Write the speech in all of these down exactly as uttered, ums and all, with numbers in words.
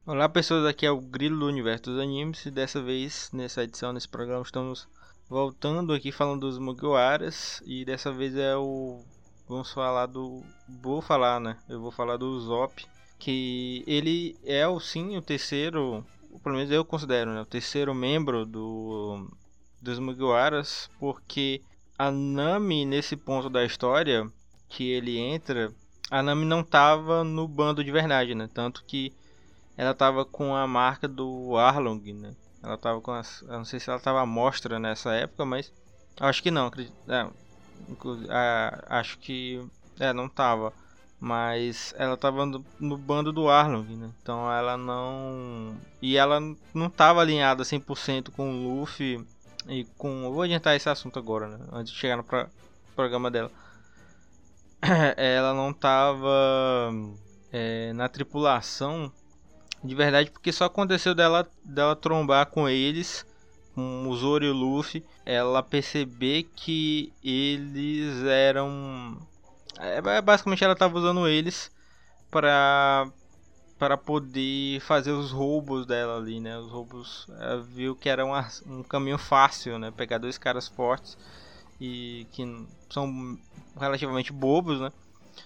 Olá pessoas, aqui é o Grilo do Universo dos Animes e dessa vez, nessa edição, nesse programa, estamos voltando aqui falando dos Mugiwaras e dessa vez é o... vamos falar do... vou falar, né? Eu vou falar do Usopp, que ele é o sim o terceiro, pelo menos eu considero, né? O terceiro membro do... dos Mugiwaras, porque a Nami, nesse ponto da história que ele entra, a Nami não estava no bando de verdade, né? Tanto que ela tava com a marca do Arlong, né? Ela tava com as... eu não sei se ela tava à mostra nessa época, mas acho que não, acredito, é, a, acho que é, não tava, mas ela tava no, no bando do Arlong, né? Então ela não e ela não tava alinhada cem por cento com o Luffy e com, eu vou adiantar esse assunto agora, né? Antes de chegar no pro, programa dela. Ela não tava é, na tripulação de verdade, porque só aconteceu dela, dela trombar com eles, com o Zoro e o Luffy, ela perceber que eles eram... É, basicamente ela estava usando eles para para poder fazer os roubos dela ali, né? Os roubos, ela viu que era um, um caminho fácil, né? Pegar dois caras fortes e que são relativamente bobos, né?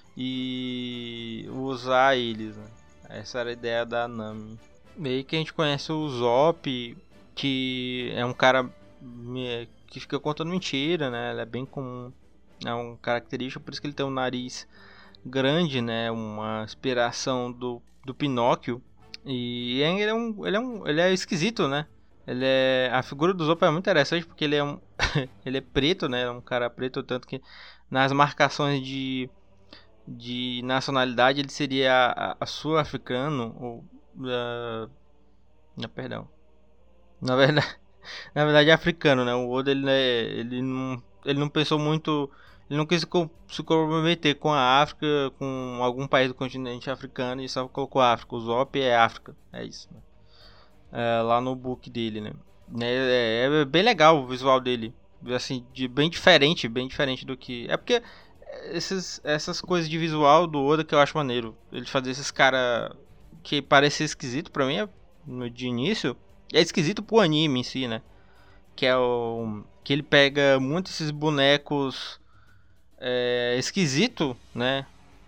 E usar eles, né? Essa era a ideia da Nami. Meio que a gente conhece o Zop, que é um cara que fica contando mentira, né? Ele é bem comum, é um característico, por isso que ele tem um nariz grande, né? Uma inspiração do, do Pinóquio. E ele é um, ele é um, ele é esquisito, né? Ele é, a figura do Zop é muito interessante porque ele é um, ele é preto, né? É um cara preto, tanto que nas marcações de de nacionalidade ele seria a, a sul-africano ou uh, não, perdão, na verdade, na verdade é africano, né? O Oda ele, né, ele não ele não pensou muito, ele não quis se comprometer com a África, com algum país do continente africano e só colocou África. O Zop é África, é isso, né? É, lá no book dele, né? É, é, é bem legal o visual dele, assim, de, bem diferente, bem diferente do que é porque esses, essas coisas de visual do Oda que eu acho maneiro. Ele fazer esses cara que parece esquisito pra mim é, no, de início. É esquisito pro anime em si, né? Que é o. Que ele pega muito esses bonecos é, esquisito, né?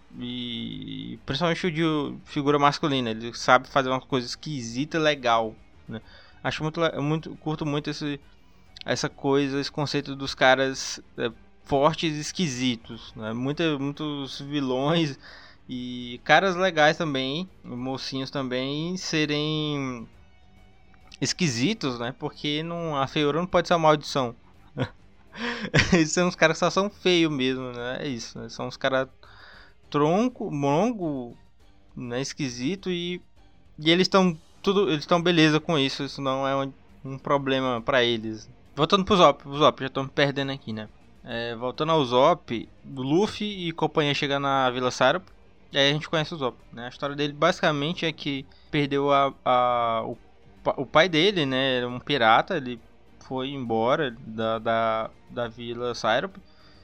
E principalmente o de figura masculina. Ele sabe fazer uma coisa esquisita e legal, né? Acho muito, muito. Curto muito esse, essa coisa, esse conceito dos caras é, fortes e esquisitos, né? Muita, muitos vilões e caras legais também, mocinhos também, serem esquisitos, né? Porque não, a feiura não pode ser uma maldição. Eles são uns caras que só são feios mesmo, né? É isso, né? São uns caras tronco, mongo, né? Esquisito e, e eles estão tudo, eles estão beleza com isso, isso não é um, um problema pra eles. Voltando pro Zop, o Zop, já tô me perdendo aqui, né? É, voltando ao Zop, Luffy e companhia chegam na Vila Sarop, e aí a gente conhece o Zop, né? A história dele basicamente é que perdeu a, a, o, o pai dele, né? Era um pirata, ele foi embora da, da, da Vila Sarop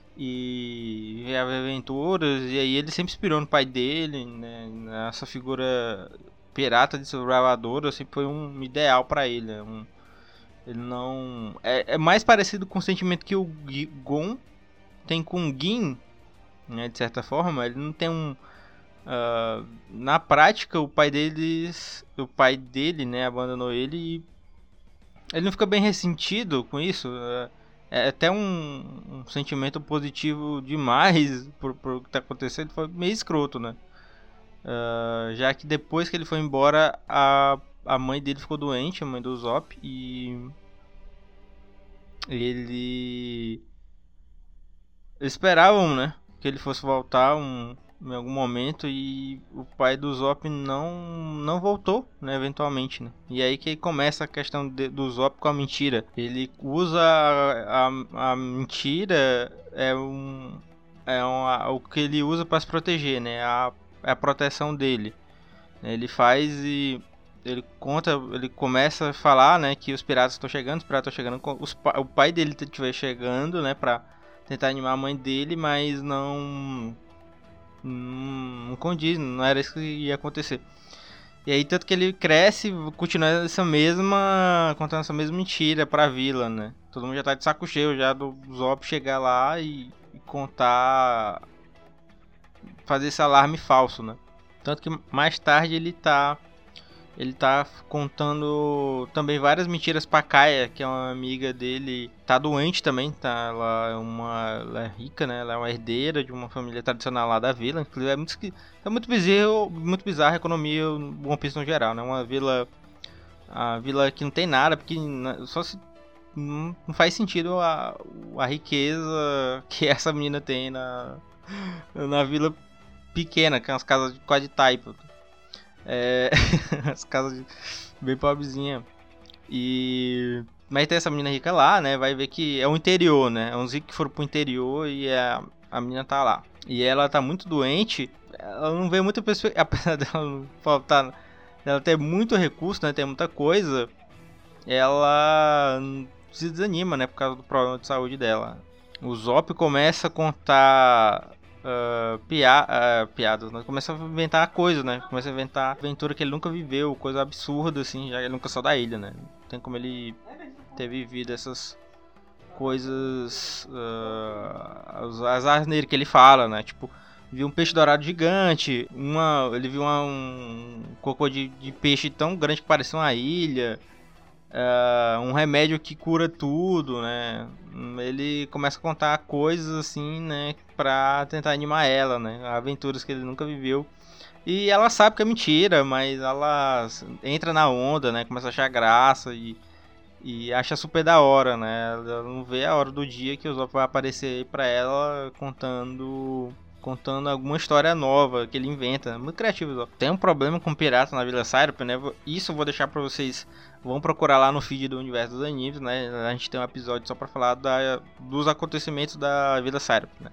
e vivia aventuras, e aí ele sempre inspirou no pai dele, né? Essa figura pirata de desbravador sempre foi um ideal para ele, né? Um, ele não. É, é mais parecido com o sentimento que o Gon tem com o Gin, né? De certa forma. Ele não tem um. Uh, na prática, o pai deles. O pai dele, né? Abandonou ele e. Ele não fica bem ressentido com isso. Uh, é até um, um sentimento positivo demais por, por o que tá acontecendo. Foi meio escroto, né? Uh, já que depois que ele foi embora, a, a mãe dele ficou doente, a mãe do Zop, e ele esperavam, né, que ele fosse voltar um, em algum momento e o pai do Zop não não voltou, né, eventualmente, né? E aí que começa a questão de, do Zop com a mentira. Ele usa a, a, a mentira é um é um, o que ele usa para se proteger, né? A, a proteção dele. Ele faz e ele conta, ele começa a falar, né, que os piratas estão chegando, os piratas estão chegando, os, o pai dele estiver chegando, né, pra tentar animar a mãe dele, mas não, não, não condiz, não era isso que ia acontecer. E aí, tanto que ele cresce, continua essa mesma, contando essa mesma mentira pra vila, né? Todo mundo já tá de saco cheio já do Zop chegar lá e, e contar, fazer esse alarme falso, né? Tanto que mais tarde ele tá, ele tá contando também várias mentiras pra Kaia, que é uma amiga dele, tá doente também, tá? Ela é uma, ela é rica, né? Ela é uma herdeira de uma família tradicional lá da vila, inclusive é muito, é muito bizarro, muito bizarro a economia do One Piece no geral, né? Uma vila, a vila que não tem nada, porque só se não, não faz sentido a, a riqueza que essa menina tem na, na vila pequena, que é umas casas de quase de taipa. É, as casas bem pobrezinha. E mas tem essa menina rica lá, né? Vai ver que é o interior, né? É uns ricos que foram pro interior e a, a menina tá lá. E ela tá muito doente. Ela não vê muita perspectiva. Apesar dela faltar, dela ter muito recurso, né? Ter muita coisa. Ela se desanima, né? Por causa do problema de saúde dela. O Zop começa a contar Uh, pia uh, piadas, né? Começa a inventar coisas, né? Começa a inventar aventura que ele nunca viveu, coisa absurda, assim, já que ele nunca saiu da ilha, né? Não tem como ele ter vivido essas coisas, uh, as asneiras que ele fala, né? Tipo, viu um peixe dourado gigante, uma, ele viu uma, um cocô de, de peixe tão grande que parecia uma ilha. Uh, um remédio que cura tudo, né? Ele começa a contar coisas assim, né? Pra tentar animar ela, né? Aventuras que ele nunca viveu. E ela sabe que é mentira, mas ela entra na onda, né? Começa a achar graça e, e acha super da hora, né? Ela não vê a hora do dia que o Zop vai aparecer aí pra ela contando... contando alguma história nova que ele inventa. Muito criativo, Zop. Tem um problema com pirata na Vila Syrup, né? Isso eu vou deixar pra vocês. Vão procurar lá no feed do Universo dos Animes, né? A gente tem um episódio só pra falar da, dos acontecimentos da Vila Syrup, né?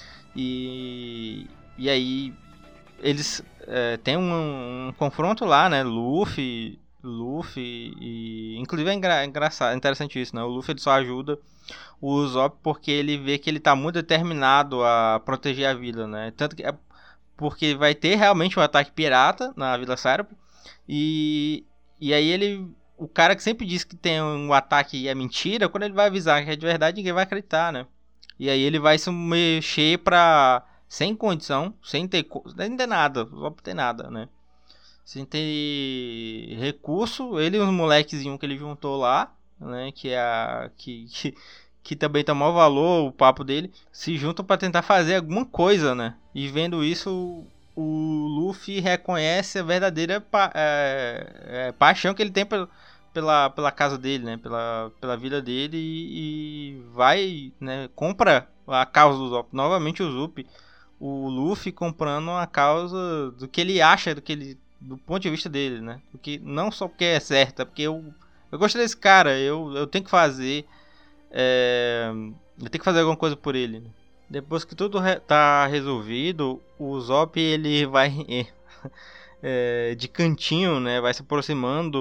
E, e aí eles é, tem um, um confronto lá, né? Luffy, Luffy e inclusive é engra, engraçado, interessante isso, né? O Luffy ele só ajuda o Usopp porque ele vê que ele tá muito determinado a proteger a vila, né? Tanto que é porque vai ter realmente um ataque pirata na Vila Syrup e e aí ele o cara que sempre diz que tem um ataque e é mentira, quando ele vai avisar que é de verdade, ninguém vai acreditar, né? E aí ele vai se mexer pra... sem condição, sem ter... sem ter nada, só pra ter nada, né? Sem ter recurso, ele e os molequezinhos que ele juntou lá, né? Que é a... que, que, que também tá maior valor, o papo dele, se juntam pra tentar fazer alguma coisa, né? E vendo isso... o Luffy reconhece a verdadeira pa é, é, paixão que ele tem pela, pela, pela casa dele, né? Pela, pela vida dele e, e vai, né? Compra a causa do Zop. Novamente o Zup, o Luffy comprando a causa do que ele acha, do que ele, do ponto de vista dele, né? Do que, não só porque é certo, é porque eu, eu gostei desse cara, eu, eu tenho que fazer, é, eu tenho que fazer alguma coisa por ele, né? Depois que tudo re tá resolvido, o Zop ele vai é, de cantinho, né? Vai se aproximando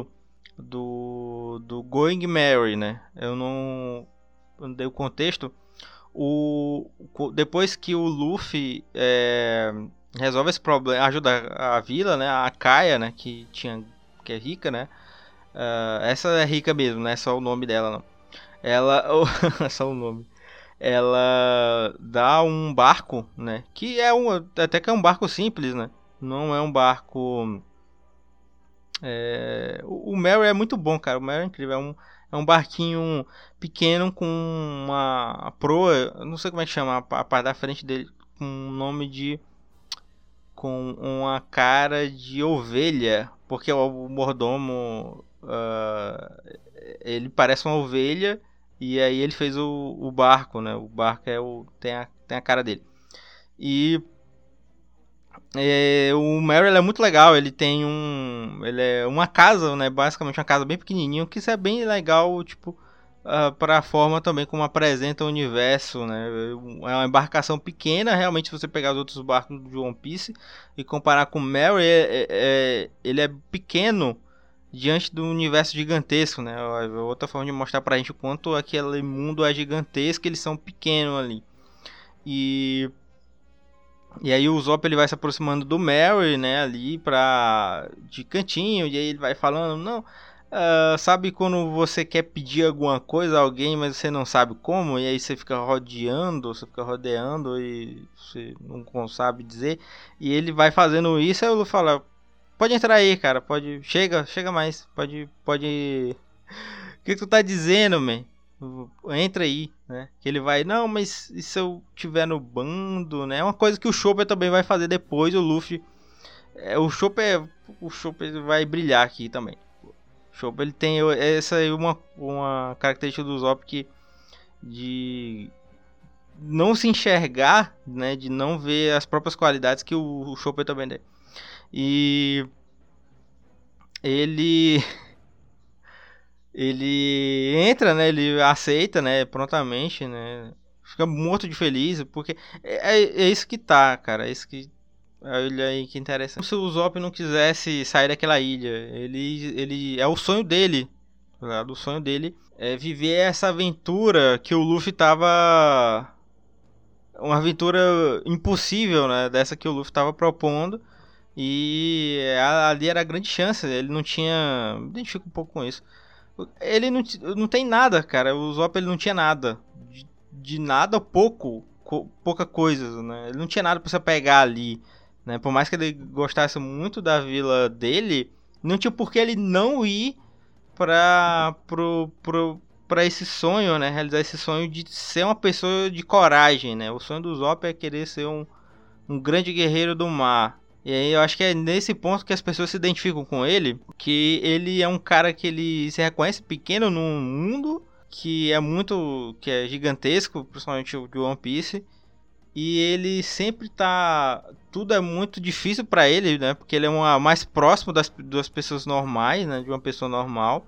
do, do Going Merry, né? Eu não, não dei o contexto. O, depois que o Luffy é, resolve esse problema, ajuda a vila, né? A Kaia, né? Que, tinha, que é rica, né? Uh, essa é rica mesmo, não é só o nome dela, não. Ela... Oh, só o nome. Ela dá um barco, né? Que é um, até que é um barco simples, né? Não é um barco. É... O Mary é muito bom, cara. O Mary é incrível. É um, é um barquinho pequeno com uma proa. Eu não sei como é que chama a parte da frente dele, com um nome de, com uma cara de ovelha, porque o mordomo uh, ele parece uma ovelha. E aí ele fez o, o barco, né? O barco é o, tem, a, tem a cara dele. E é, o Meryl é muito legal. Ele tem um... Ele é uma casa, né? Basicamente uma casa bem pequenininha. Que isso é bem legal, tipo... Uh, para a forma também como apresenta o universo, né? É uma embarcação pequena. Realmente, se você pegar os outros barcos de One Piece e comparar com o Meryl, é, é, ele é pequeno diante do universo gigantesco, né? Outra forma de mostrar pra gente o quanto aquele mundo é gigantesco, eles são pequenos ali. E E aí o Zop ele vai se aproximando do Merry, né, ali pra... de cantinho, e aí ele vai falando, não, uh, sabe quando você quer pedir alguma coisa a alguém, mas você não sabe como, e aí você fica rodeando, você fica rodeando e você não sabe dizer, e ele vai fazendo isso, aí o Lu fala, pode entrar aí, cara, pode, chega, chega mais, pode, pode... O que, que tu tá dizendo, man? Entra aí, né? Que ele vai, não, mas e se eu tiver no bando, né? É uma coisa que o Chopper também vai fazer depois, o Luffy. É, o Chopper, o Chopper vai brilhar aqui também. O Chopper ele tem essa aí uma, uma característica do Zop que de não se enxergar, né? De não ver as próprias qualidades que o, o Chopper também tem. E ele ele entra, né? Ele aceita, né? Prontamente, né? Fica morto de feliz, porque é, é, é isso que tá, cara. É isso que olha aí que interessante. Se o Zop não quisesse sair daquela ilha, ele ele é o sonho dele, tá? O sonho dele é viver essa aventura que o Luffy tava uma aventura impossível, né? Dessa que o Luffy tava propondo. E ali era a grande chance. Ele não tinha. Me identifico um pouco com isso. Ele não, não tem nada, cara. O Zop ele não tinha nada. De, de nada, pouco. Co, pouca coisa, né? Ele não tinha nada pra você pegar ali. Né? Por mais que ele gostasse muito da vila dele, não tinha por que ele não ir pra, pro, pro, pra esse sonho, né? Realizar esse sonho de ser uma pessoa de coragem, né? O sonho do Zop é querer ser um, um grande guerreiro do mar. E aí eu acho que é nesse ponto que as pessoas se identificam com ele, que ele é um cara que ele se reconhece pequeno num mundo que é muito, que é gigantesco, principalmente o de One Piece, e ele sempre tá, tudo é muito difícil pra ele, né? Porque ele é uma, mais próximo das, das pessoas normais, né? De uma pessoa normal.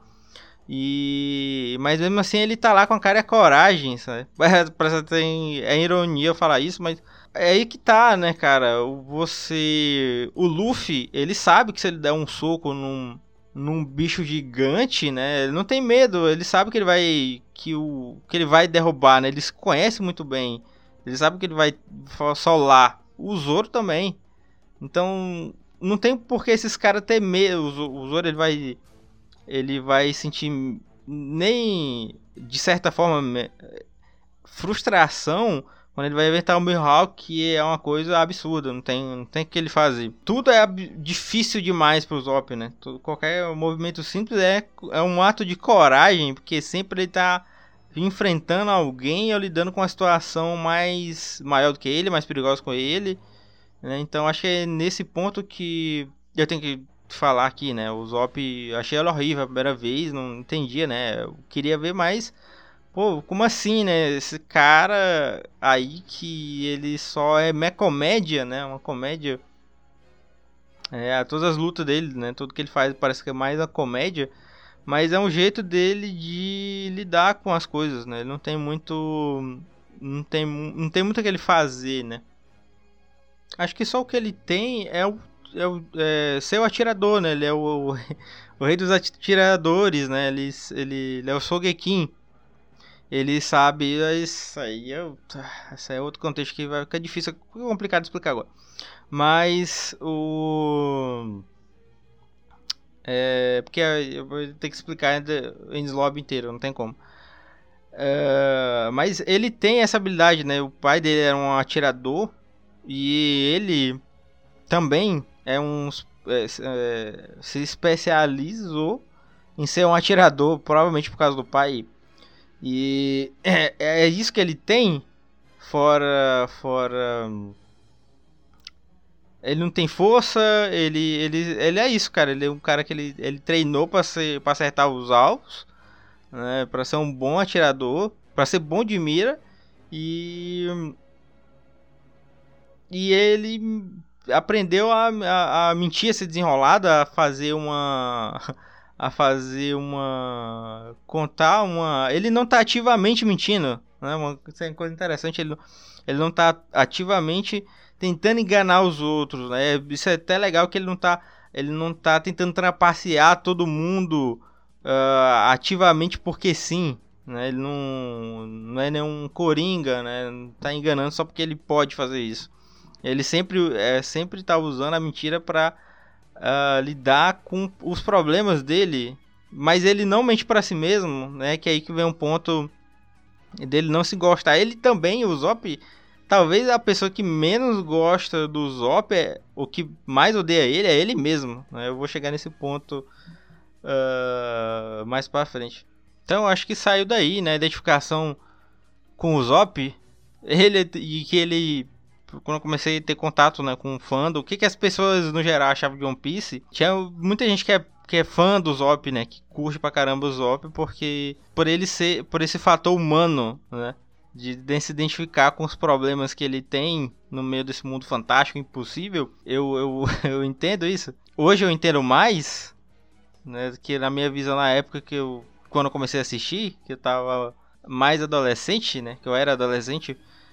E mas mesmo assim ele tá lá com a cara e a coragem, sabe? Parece que tem é ironia eu falar isso, mas é aí que tá, né, cara? Você, o Luffy, ele sabe que se ele der um soco num num bicho gigante, né? Ele não tem medo, ele sabe que ele vai que o que ele vai derrubar, né? Ele se conhece muito bem. Ele sabe que ele vai solar. O Zoro também. Então, não tem por que esses caras ter medo. O Zoro ele vai ele vai sentir nem de certa forma frustração quando ele vai inventar o Mihawk, que é uma coisa absurda, não tem não tem o que ele fazer. Tudo é difícil demais pro Zop, né? Tudo, qualquer movimento simples é, é um ato de coragem, porque sempre ele tá enfrentando alguém ou lidando com uma situação mais maior do que ele, mais perigosa com ele, né? Então acho que é nesse ponto que eu tenho que falar aqui, né? O Zop, achei ela horrível a primeira vez, não entendia, né? Eu queria ver mais. Pô, como assim, né? Esse cara aí que ele só é mecomédia, né? Uma comédia. É, todas as lutas dele, né? Tudo que ele faz parece que é mais uma comédia. Mas é um jeito dele de lidar com as coisas, né? Ele não tem muito. Não tem, não tem muito o que ele fazer, né? Acho que só o que ele tem é o É o, é, ser o atirador, né? Ele é o, o, o rei dos atiradores, né? Ele, ele, ele é o Sogeking. Ele sabe. Isso aí é, esse é outro contexto que vai ficar difícil, complicado de explicar agora. Mas o. É, porque eu vou ter que explicar em Slob inteiro, não tem como. É, mas ele tem essa habilidade, né? O pai dele era um atirador e ele também é um é, é, se especializou em ser um atirador, provavelmente por causa do pai. E é, é isso que ele tem. Fora, fora. Ele não tem força. Ele, ele, ele é isso, cara. Ele é um cara que ele, ele treinou para ser, para acertar os alvos, né? Para ser um bom atirador, para ser bom de mira. E e ele aprendeu a, a, a mentir, a ser desenrolado, a fazer uma a fazer uma contar uma, ele não tá ativamente mentindo, né? Uma coisa interessante, ele não, ele não tá ativamente tentando enganar os outros, né? Isso é até legal que ele não tá ele não tá tentando trapacear todo mundo uh, ativamente porque sim, né? Ele não não é nenhum coringa, né? Não tá enganando só porque ele pode fazer isso. Ele sempre, é, sempre tá usando a mentira pra uh, lidar com os problemas dele. Mas ele não mente pra si mesmo, né? Que é aí que vem um ponto dele não se gostar. Ele também, o Zop, talvez a pessoa que menos gosta do Zop, é, o que mais odeia ele, é ele mesmo. Né? Eu vou chegar nesse ponto uh, mais pra frente. Então eu acho que saiu daí, né? A identificação com o Zop. Ele, e que ele... Quando eu comecei a ter contato, né, com o fandom, o que, que as pessoas no geral achavam de One Piece, tinha muita gente que é, que é fã do Zop, né, que curte pra caramba o Zop, porque por ele ser, por esse fator humano, né, de, de se identificar com os problemas que ele tem no meio desse mundo fantástico, impossível, eu, eu, eu entendo isso. Hoje eu entendo mais, né, que na minha visão na época que eu, quando eu comecei a assistir, que eu tava mais adolescente, né, que eu era adolescente.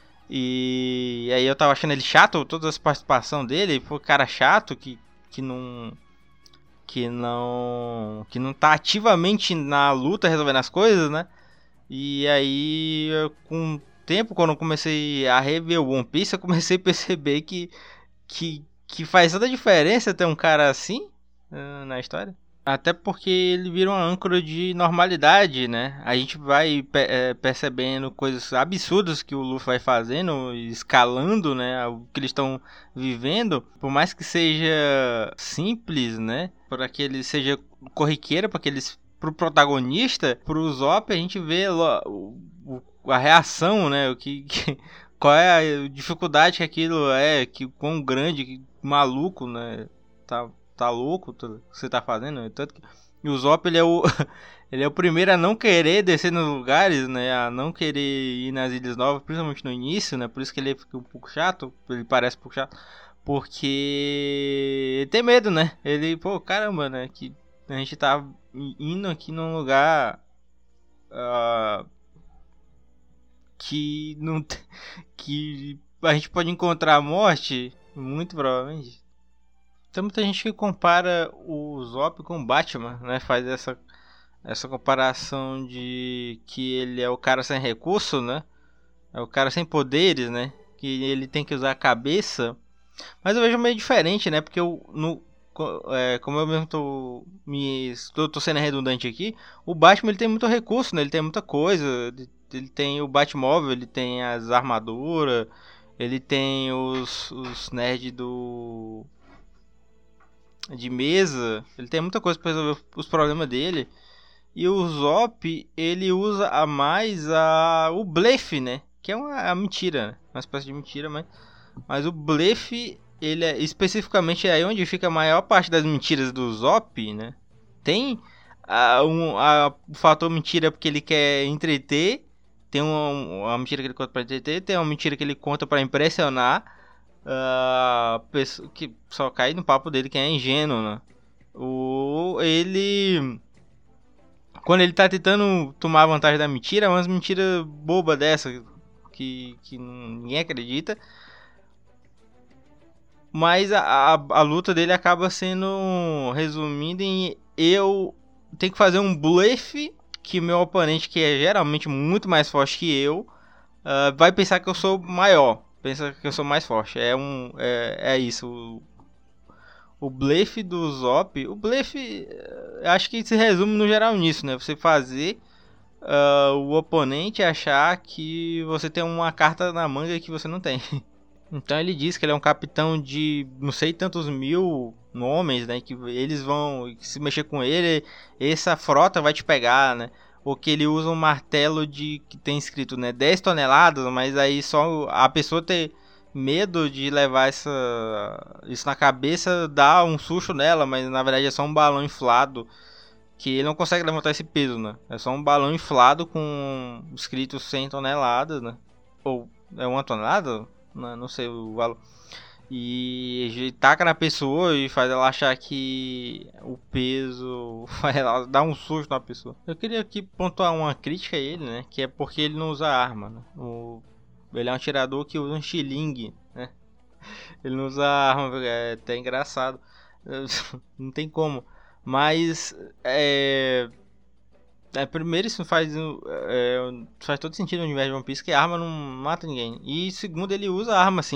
E aí eu tava achando ele chato, todas as participações dele, foi cara chato que, que não que não que não tá ativamente na luta resolvendo as coisas, né? E aí eu, com o tempo, quando eu comecei a rever o One Piece, eu comecei a perceber que que, que faz toda a diferença ter um cara assim uh, na história. Até porque ele vira uma âncora de normalidade, né? A gente vai é, percebendo coisas absurdas que o Luffy vai fazendo, escalando, né? O que eles estão vivendo. Por mais que seja simples, né? Para que ele seja corriqueiro, para que eles... Pro protagonista, pro Zop, a gente vê o, o, a reação, né? O que, que, qual é a dificuldade que aquilo é, que quão grande, que maluco, né? Tá... Tá louco tudo que você tá fazendo? Tanto que... E o Zop, ele é o... ele é o primeiro a não querer descer nos lugares, né? A não querer ir nas Ilhas Novas, principalmente no início, né? Por isso que ele fica um pouco chato. Ele parece um pouco chato. Porque... ele tem medo, né? Ele, pô, caramba, né? Que a gente tá indo aqui num lugar... Uh, que não... que a gente pode encontrar a morte. Muito provavelmente. Tem muita gente que compara o Zop com o Batman, né? Faz essa, essa comparação de que ele é o cara sem recurso, né? É o cara sem poderes, né? Que ele tem que usar a cabeça. Mas eu vejo meio diferente, né? Porque eu, no, é, como eu mesmo tô, me, tô, tô sendo redundante aqui, o Batman ele tem muito recurso, né? Ele tem muita coisa. Ele, ele tem o Batmóvel, ele tem as armaduras, ele tem os, os nerds do... de mesa, ele tem muita coisa para resolver os problemas dele. E o Zop, ele usa a mais a o blefe, né? Que é uma a mentira, né? Uma espécie de mentira, mas mas o blefe, ele é especificamente é aí onde fica a maior parte das mentiras do Zop, né? Tem a, um, a, o fator mentira porque ele quer entreter, tem uma, uma mentira que ele conta para entreter, tem uma mentira que ele conta para impressionar. Uh, pessoa que só cai no papo dele que é ingênuo, né? O, ele... Quando ele tá tentando tomar vantagem da mentira, é umas mentiras bobas dessa que, que ninguém acredita. Mas a, a, a luta dele acaba sendo resumida em eu tenho que fazer um bluff que meu oponente, que é geralmente muito mais forte que eu, uh, vai pensar que eu sou maior. Pensa que eu sou mais forte. É um. É, é isso. O, o blefe do Zop. O blefe. Acho que se resume no geral nisso, né? Você fazer uh, o oponente achar que você tem uma carta na manga que você não tem. Então ele diz que ele é um capitão de não sei tantos mil homens, né? Que eles vão. Se mexer com ele, essa frota vai te pegar, né? Ou que ele usa um martelo de que tem escrito, né, dez toneladas, mas aí só a pessoa ter medo de levar essa isso na cabeça dá um susto nela, mas na verdade é só um balão inflado que ele não consegue levantar esse peso, né? É só um balão inflado com escrito cem toneladas, né? Ou é uma tonelada? Não, não sei o valor. E taca na pessoa e faz ela achar que o peso vai dar um susto na pessoa. Eu queria aqui pontuar uma crítica a ele, né? Que é porque ele não usa arma, né? O... Ele é um atirador que usa um xilingue, né? Ele não usa arma, é até engraçado. Não tem como. Mas é... é primeiro isso faz, é... faz todo sentido no universo de One Piece, que a arma não mata ninguém. E segundo, ele usa arma sim.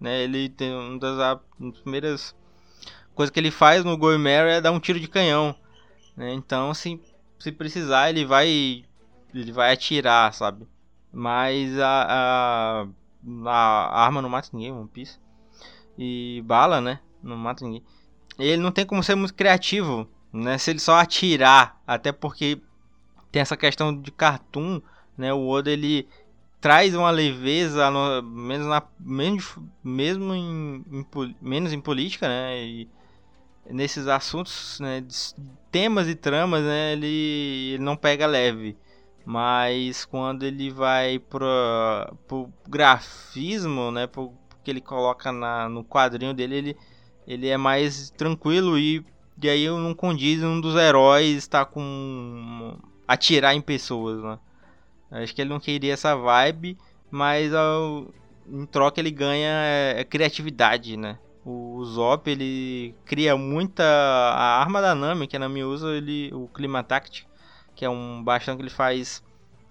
né? Ele tem uma das, uma das primeiras coisas que ele faz no Going Merry é dar um tiro de canhão, né? Então, se, se precisar, ele vai ele vai atirar, sabe? Mas a, a, a arma não mata ninguém, One Piece. E bala, né? Não mata ninguém. Ele não tem como ser muito criativo, né? Se ele só atirar, até porque tem essa questão de cartoon, né? O Oda, ele traz uma leveza, no, menos, na, menos, mesmo em, em, menos em política, né? E nesses assuntos, né? Temas e tramas, né? Ele, ele não pega leve. Mas quando ele vai pro, pro grafismo, né? Pro, que ele coloca na, no quadrinho dele, ele, ele é mais tranquilo e, e aí não condiz um dos heróis estar com atirar em pessoas, né? Acho que ele não queria essa vibe, mas ao, em troca ele ganha é, é criatividade, né? O Zop, ele cria muita a arma da Nami, que a Nami usa, ele, o Climatact, que é um bastão que ele faz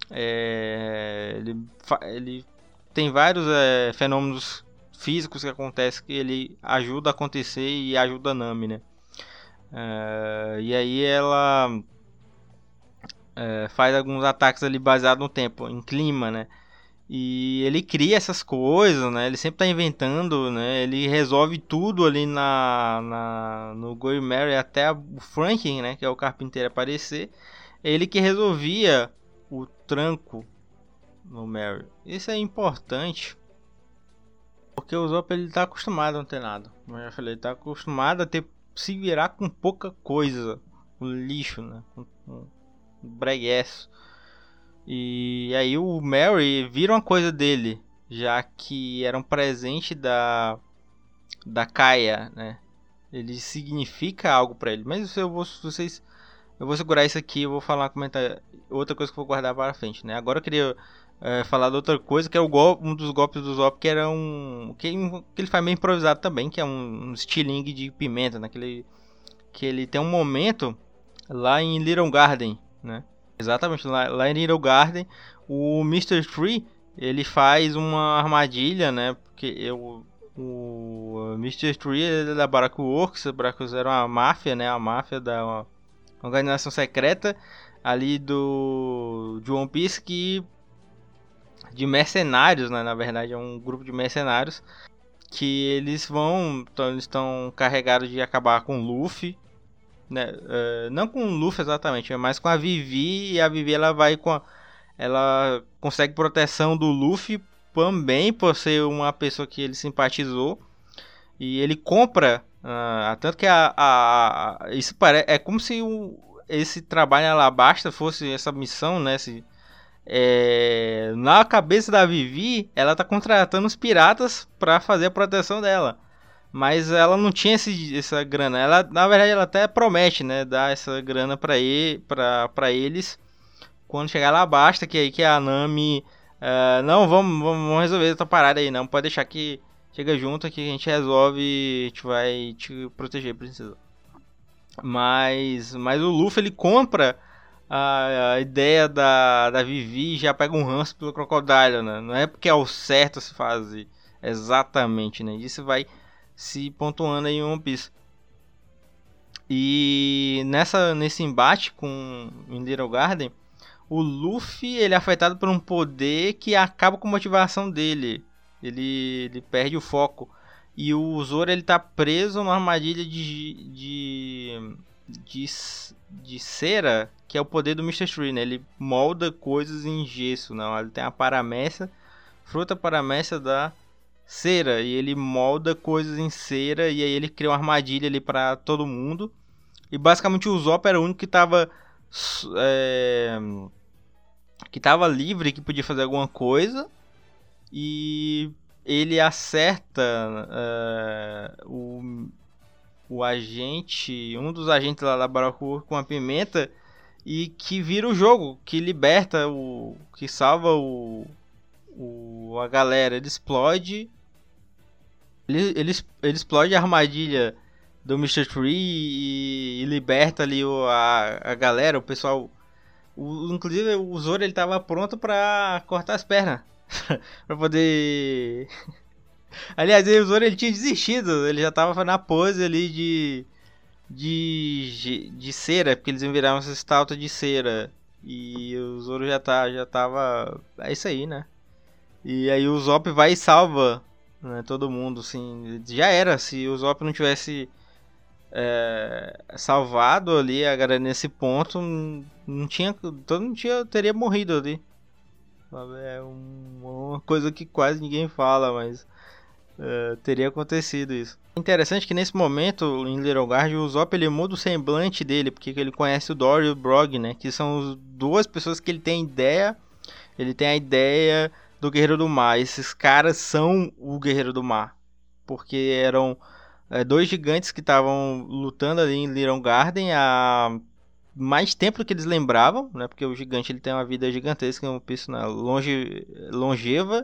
é, ele, ele tem vários é, fenômenos físicos que acontecem que ele ajuda a acontecer e ajuda a Nami, né? É, e aí ela é, faz alguns ataques ali baseados no tempo, em clima, né? E ele cria essas coisas, né? Ele sempre tá inventando, né? Ele resolve tudo ali na, na no Going Merry até o Franklin, né? Que é o carpinteiro aparecer. Ele que resolvia o tranco no Merry. Isso é importante porque o Zop, ele tá acostumado a não ter nada. Como eu já falei, ele tá acostumado a ter se virar com pouca coisa, com lixo, né? Com, com breguesso. E aí o Merry vira uma coisa dele, já que era um presente da da Kaia, né? Ele significa algo pra ele. Mas eu vou, vocês, eu vou segurar isso aqui, eu vou falar, comentar outra coisa que eu vou guardar para frente, né? Agora eu queria é, falar de outra coisa, que é o golpe, um dos golpes do Zop, que era um que, que ele faz meio improvisado também, que é um, um estilingue de pimenta, né? Que ele, que ele tem um momento lá em Little Garden, né? Exatamente, lá, lá em Little Garden, o mister Tree, ele faz uma armadilha, né? Porque eu, o mister Tree é da Baraku Works, a Baraku era uma máfia, né? A máfia da uma organização secreta ali do de One Piece, que de mercenários, né? Na verdade é um grupo de mercenários que eles vão, então, eles estão carregados de acabar com o Luffy. Né? Uh, não com o Luffy exatamente, mas com a Vivi, e a Vivi ela vai com a, ela consegue proteção do Luffy também por ser uma pessoa que ele simpatizou, e ele compra uh, tanto que a, a, a isso parece, é como se o, esse trabalho em Alabasta fosse essa missão, né? Se, é, na cabeça da Vivi, ela tá contratando os piratas para fazer a proteção dela. Mas ela não tinha esse, essa grana. Ela, na verdade, ela até promete, né, dar essa grana para ele, para eles quando chegar lá. Basta que aí que a Nami uh, não, vamos, vamos resolver essa parada aí, não pode deixar que chega junto que a gente resolve, a gente vai te proteger, princesa. Mas, mas o Luffy, ele compra a, a ideia da, da Vivi e já pega um ranço pelo Crocodile, né? Não é porque é o certo se fazer exatamente, né? Isso vai se pontuando aí em One Piece. E nessa, nesse embate com em Little Garden, o Luffy, ele é afetado por um poder que acaba com a motivação dele. Ele, ele perde o foco. E o Zoro, ele tá preso numa armadilha de, de, de, de cera, que é o poder do mister Tree, né? Ele molda coisas em gesso, não? Ele tem a paramécia, fruta paramécia da cera, e ele molda coisas em cera, e aí ele cria uma armadilha ali pra todo mundo. E basicamente o Zop era o único que tava é, que tava livre, que podia fazer alguma coisa. E ele acerta é, o, o agente, um dos agentes lá da Baraku com a pimenta, e que vira o jogo, que liberta o, que salva o, o a galera. Ele explode Ele, ele, ele explode a armadilha do mister Tree e, e liberta ali o, a, a galera, o pessoal. O, inclusive o Zoro, ele tava pronto pra cortar as pernas. Pra poder Aliás, o Zoro ele tinha desistido, ele já tava na pose ali de. de. de cera, porque eles iam virar uma estátua de cera. E o Zoro já, tá, já tava. É isso aí, né? E aí o Zop vai e salva, né, todo mundo, assim. Já era, se o Zop não tivesse é, salvado ali a galera nesse ponto, não tinha. Todo mundo tinha, teria morrido ali. É um, uma coisa que quase ninguém fala, mas é, teria acontecido isso. Interessante que nesse momento, em Little Guard, o Zop ele muda o semblante dele, porque ele conhece o Dory e o Brog, né? Que são as duas pessoas que ele tem ideia. Ele tem a ideia do Guerreiro do Mar. Esses caras são o Guerreiro do Mar. Porque eram é, dois gigantes que estavam lutando ali em Little Garden há mais tempo do que eles lembravam, né? Porque o gigante ele tem uma vida gigantesca, uma pessoa longe, longeva.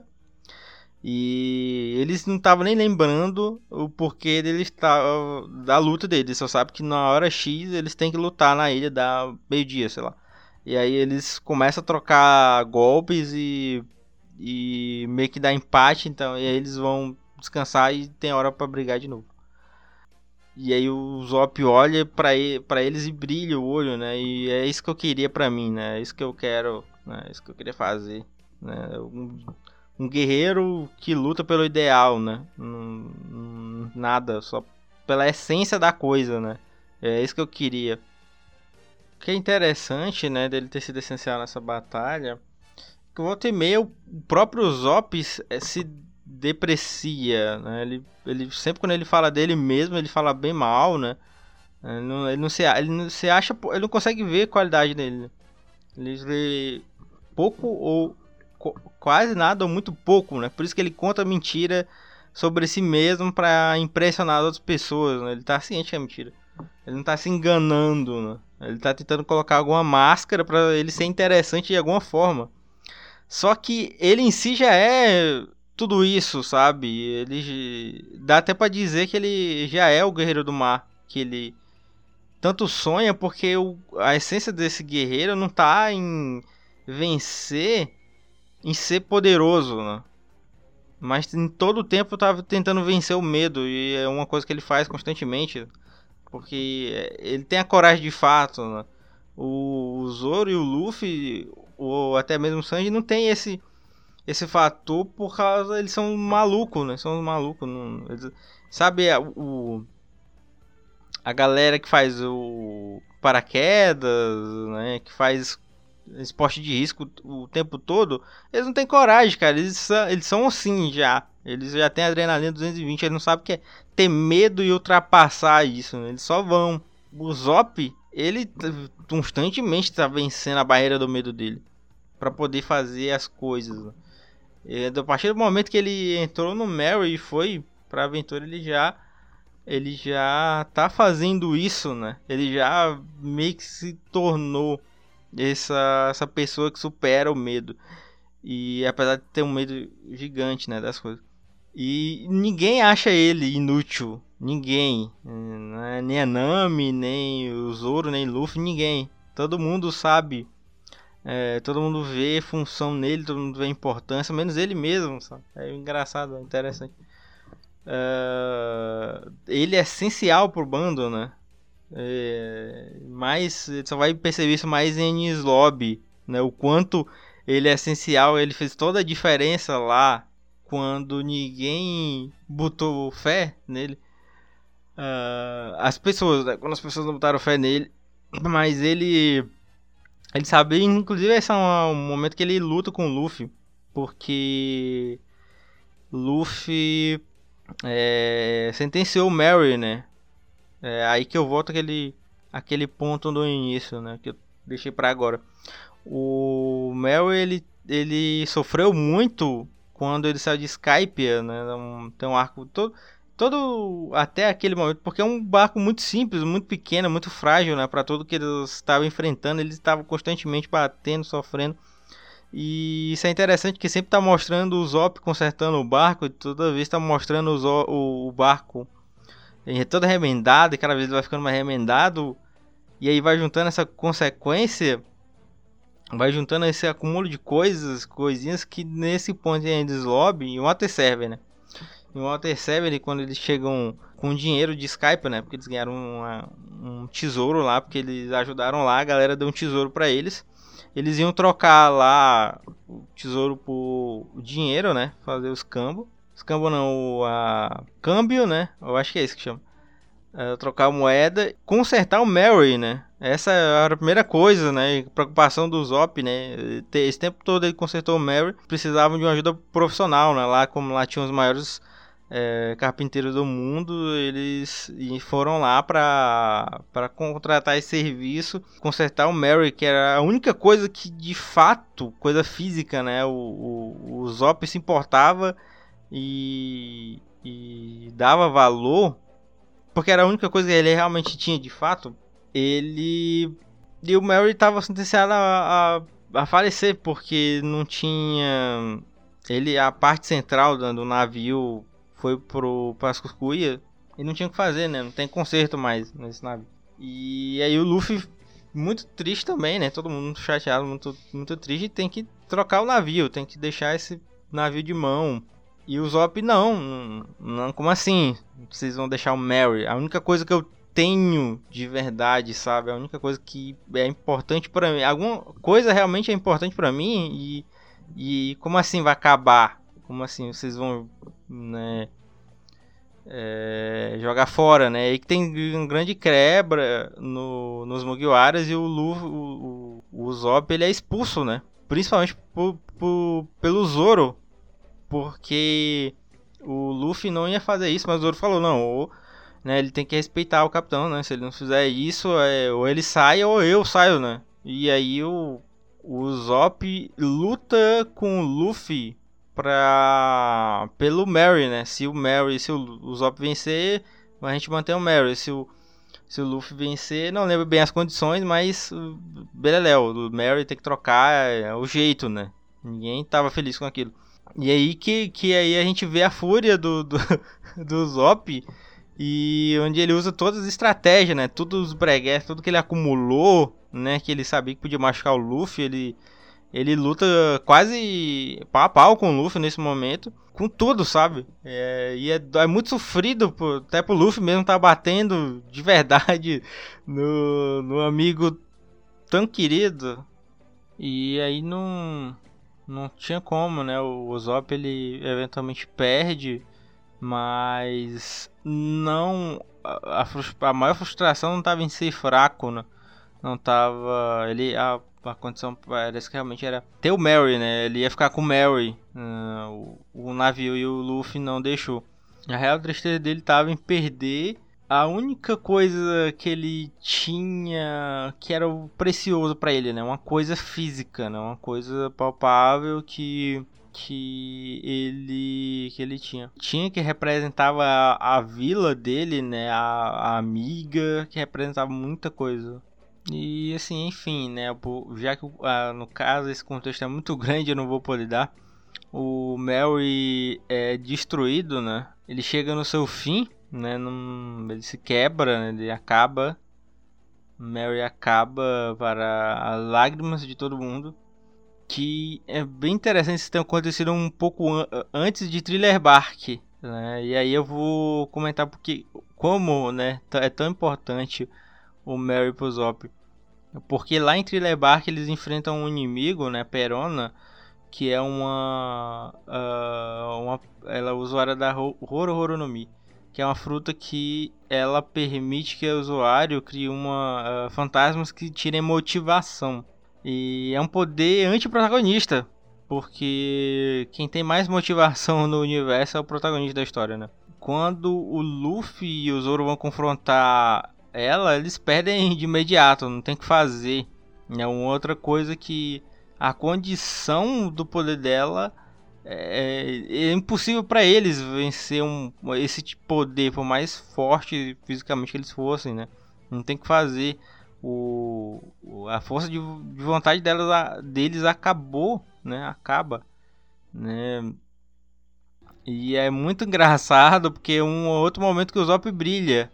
E eles não estavam nem lembrando o porquê deles tavam, da luta deles. Eles só sabem que na hora X eles têm que lutar na ilha da meio-dia, sei lá. E aí eles começam a trocar golpes e, e meio que dá empate. Então, e aí eles vão descansar e tem hora pra brigar de novo. E aí o Zop olha pra, ele, pra eles e brilha o olho, né? E é isso que eu queria pra mim, né? É isso que eu quero, né? É isso que eu queria fazer, né? Um, um guerreiro que luta pelo ideal, né? Não, não, nada, só pela essência da coisa, né? É isso que eu queria. O que é interessante, né, dele ter sido essencial nessa batalha, que o volta e meia o próprio Zop se deprecia, né? Ele, ele sempre quando ele fala dele mesmo, ele fala bem mal, né? Ele não, ele não se ele não se acha, ele não consegue ver a qualidade dele. Né? Ele vê pouco ou quase nada ou muito pouco, né? Por isso que ele conta mentira sobre si mesmo para impressionar outras pessoas, né? Ele tá ciente que é mentira. Ele não tá se enganando, né? Ele tá tentando colocar alguma máscara para ele ser interessante de alguma forma. Só que ele em si já é tudo isso, sabe? Ele dá até para dizer que ele já é o Guerreiro do Mar, que ele tanto sonha, porque o, a essência desse guerreiro não tá em vencer, em ser poderoso, né? Mas em todo o tempo tava tentando vencer o medo, e é uma coisa que ele faz constantemente, porque ele tem a coragem de fato, né? O, o Zoro e o Luffy, ou até mesmo o Sanji, não tem esse esse fator por causa eles são malucos, né? São malucos, não, eles, sabe o a galera que faz o paraquedas, né, que faz esporte de risco o tempo todo, eles não têm coragem, cara. Eles são, eles são assim já. Eles já têm adrenalina duzentos e vinte, eles não sabem o que é ter medo e ultrapassar isso, né? Eles só vão. O Zop, ele constantemente está vencendo a barreira do medo dele para poder fazer as coisas. Né? E a partir do momento que ele entrou no Mary e foi para a aventura, ele já ele já tá fazendo isso, né? Ele já meio que se tornou essa, essa pessoa que supera o medo. E apesar de ter um medo gigante, né, das coisas. E ninguém acha ele inútil. Ninguém. Né? Nem a Nami, nem o Zoro, nem o Luffy, ninguém. Todo mundo sabe. É, todo mundo vê função nele, todo mundo vê importância, menos ele mesmo, sabe? É engraçado, é interessante. Uh, ele é essencial pro bando, né? É, mas você só vai perceber isso mais em Enies Lobby, né? O quanto ele é essencial, ele fez toda a diferença lá quando ninguém botou fé nele. Uh, as pessoas, né? Quando as pessoas não botaram fé nele, mas ele ele sabe, inclusive esse é um, um momento que ele luta com o Luffy, porque Luffy é, sentenciou o Mary, né? É aí que eu volto àquele, àquele ponto do início, né? Que eu deixei pra agora. O Mary, ele, ele sofreu muito quando ele saiu de Skypiea, né? Tem um arco todo, todo até aquele momento, porque é um barco muito simples, muito pequeno, muito frágil, né? Pra tudo que eles estavam enfrentando, eles estavam constantemente batendo, sofrendo. E isso é interessante que sempre tá mostrando o Zop consertando o barco, e toda vez tá mostrando o, Zop, o, o barco é todo remendado, e cada vez ele vai ficando mais remendado, e aí vai juntando essa consequência, vai juntando esse acúmulo de coisas, coisinhas que nesse ponto em Enies Lobby, e o Water Server, né? em Water seven, quando eles chegam com dinheiro de Skype, né? Porque eles ganharam uma, um tesouro lá, porque eles ajudaram lá, a galera deu um tesouro pra eles. Eles iam trocar lá o tesouro por dinheiro, né? Fazer os cambos. Os cambos não, o a... câmbio, né? Eu acho que é isso que chama. É, trocar a moeda, consertar o Mary, né? Essa era a primeira coisa, né? Preocupação do Zop, né? Esse tempo todo ele consertou o Mary. Precisavam de uma ajuda profissional, né? Lá, como lá tinham os maiores é, carpinteiros do mundo, eles foram lá para para contratar esse serviço, consertar o Mary, que era a única coisa que de fato, coisa física, né? O, o, o Zop se importava e, e dava valor, porque era a única coisa que ele realmente tinha de fato. Ele e o Mary estava sentenciado a, a, a falecer, porque não tinha ele, a parte central do, do navio foi pro para as Cuscuia e não tinha o que fazer, né? Não tem conserto mais nesse navio. E aí o Luffy muito triste também, né? Todo mundo chateado, muito muito triste, tem que trocar o navio, tem que deixar esse navio de mão. E o Zop não, não, como assim? Vocês vão deixar o Mary? A única coisa que eu tenho de verdade, sabe? A única coisa que é importante pra mim, alguma coisa realmente é importante pra mim e, e como assim vai acabar? Como assim vocês vão, né, é, jogar fora, né? E que tem uma grande quebra no, nos Mugiwaras e o Luffy, o, o, o Zop, ele é expulso, né? Principalmente por, por, pelo Zoro. Porque o Luffy não ia fazer isso, mas o Zoro falou, não, ou, né, ele tem que respeitar o capitão, né? Se ele não fizer isso, é, ou ele sai ou eu saio, né? E aí o, o Zop luta com o Luffy pra, pelo Mary, né? Se o Mary, se o, o Zop vencer, a gente mantém o Mary. Se o, se o Luffy vencer, não lembro bem as condições, mas beleléu, o Mary tem que trocar, é o jeito, né? Ninguém tava feliz com aquilo. E aí que, que aí a gente vê a fúria do, do, do Zop, e onde ele usa todas as estratégias, né? Todos os breguetes, tudo que ele acumulou, né? Que ele sabia que podia machucar o Luffy, ele, ele luta quase pau a pau com o Luffy nesse momento, com tudo, sabe? É, e é, é muito sofrido, pô, até pro Luffy mesmo tá batendo de verdade no, no amigo tão querido. E aí não... Não tinha como, né? O Zop ele eventualmente perde, mas não a, a, a maior frustração não estava em ser fraco, né? Não tava ele a, a condição parece que realmente era ter o Mary, né? Ele ia ficar com o Mary, uh, o, o navio, e o Luffy não deixou. A real tristeza dele estava em perder a única coisa que ele tinha que era o precioso para ele, né? Uma coisa física, né? Uma coisa palpável que que ele que ele tinha. Tinha que representava a, a vila dele, né? A, a amiga, que representava muita coisa. E assim, enfim, né? Já que ah, no caso esse contexto é muito grande, eu não vou poder dar. O Mary é destruído, né? Ele chega no seu fim, né? Num, ele se quebra, né? Ele acaba. Mary acaba para as lágrimas de todo mundo. Que é bem interessante isso ter acontecido um pouco an antes de Thriller Bark, né? E aí eu vou comentar porque como, né, é tão importante o Mary pro Zop. Porque lá em Thriller Bark eles enfrentam um inimigo, né, Perona, que é uma, uh, uma ela é usuária da Horo Horo no Mi, que é uma fruta que ela permite que o usuário crie uma uh, fantasmas que tirem motivação. E é um poder anti-protagonista, porque quem tem mais motivação no universo é o protagonista da história, né? Quando o Luffy e o Zoro vão confrontar ela, eles perdem de imediato, não tem o que fazer. É uma outra coisa que a condição do poder dela é, é impossível para eles vencer um, esse tipo de poder, por mais forte fisicamente que eles fossem, né? Não tem o que fazer. O, a força de, de vontade delas, deles acabou, né? Acaba, né? E é muito engraçado porque um outro momento que o Zop brilha,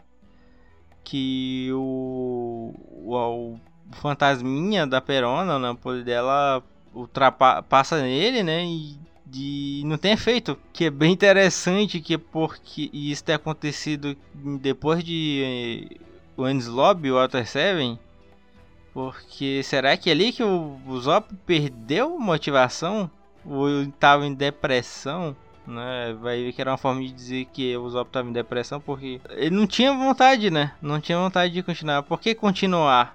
que o, o, o fantasminha da Perona, né, o poder dela ultrapassa nele, né? E de não tem efeito, que é bem interessante, que é porque isso ter acontecido depois de o Enies Lobby, o Water seven, porque será que é ali que o, o Zop perdeu motivação? Ou estava em depressão? Né? Vai ver que era uma forma de dizer que o Zop estava em depressão, porque ele não tinha vontade, né? Não tinha vontade de continuar. Por que continuar?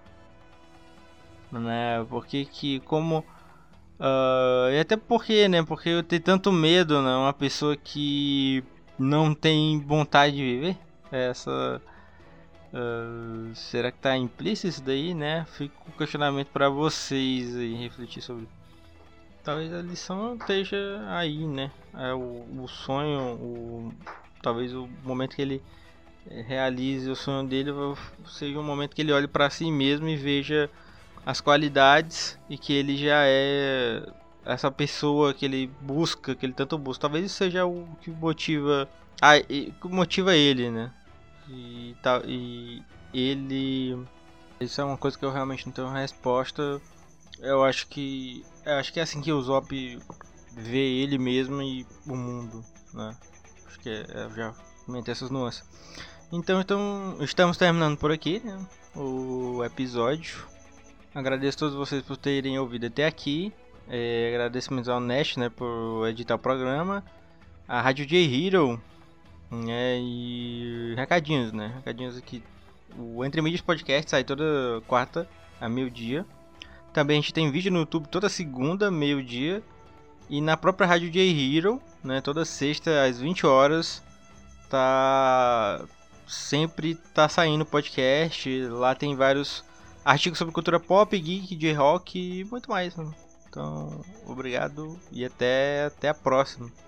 Né? Porque que como uh, e até porque, né? Porque eu tenho tanto medo, né? Uma pessoa que não tem vontade de viver. Essa uh, será que tá implícito isso daí, né? Fica o questionamento para vocês aí refletir sobre. Talvez a lição esteja aí, né? É o, o sonho, o, talvez o momento que ele realize o sonho dele seja um momento que ele olhe para si mesmo e veja as qualidades e que ele já é essa pessoa que ele busca, que ele tanto busca. Talvez isso seja o que motiva, ah, e, motiva ele, né? E, tal, e ele, isso é uma coisa que eu realmente não tenho resposta. Eu acho que eu acho que é assim que o Zop vê ele mesmo e o mundo, né? Acho que é, eu já comentei essas nuances. Então, então estamos terminando por aqui, né, o episódio. Agradeço a todos vocês por terem ouvido até aqui. É, agradecimento ao Nash, né, por editar o programa. A Rádio J Hero, né, e recadinhos, né? Recadinhos aqui. O Entre Mídias Podcast sai toda quarta a meio-dia. Também a gente tem vídeo no YouTube toda segunda, meio-dia. E na própria Rádio J Hero, né, toda sexta às vinte horas, tá sempre tá saindo podcast. Lá tem vários artigos sobre cultura pop, geek, J-rock e muito mais. Né? Então, obrigado e até, até a próxima.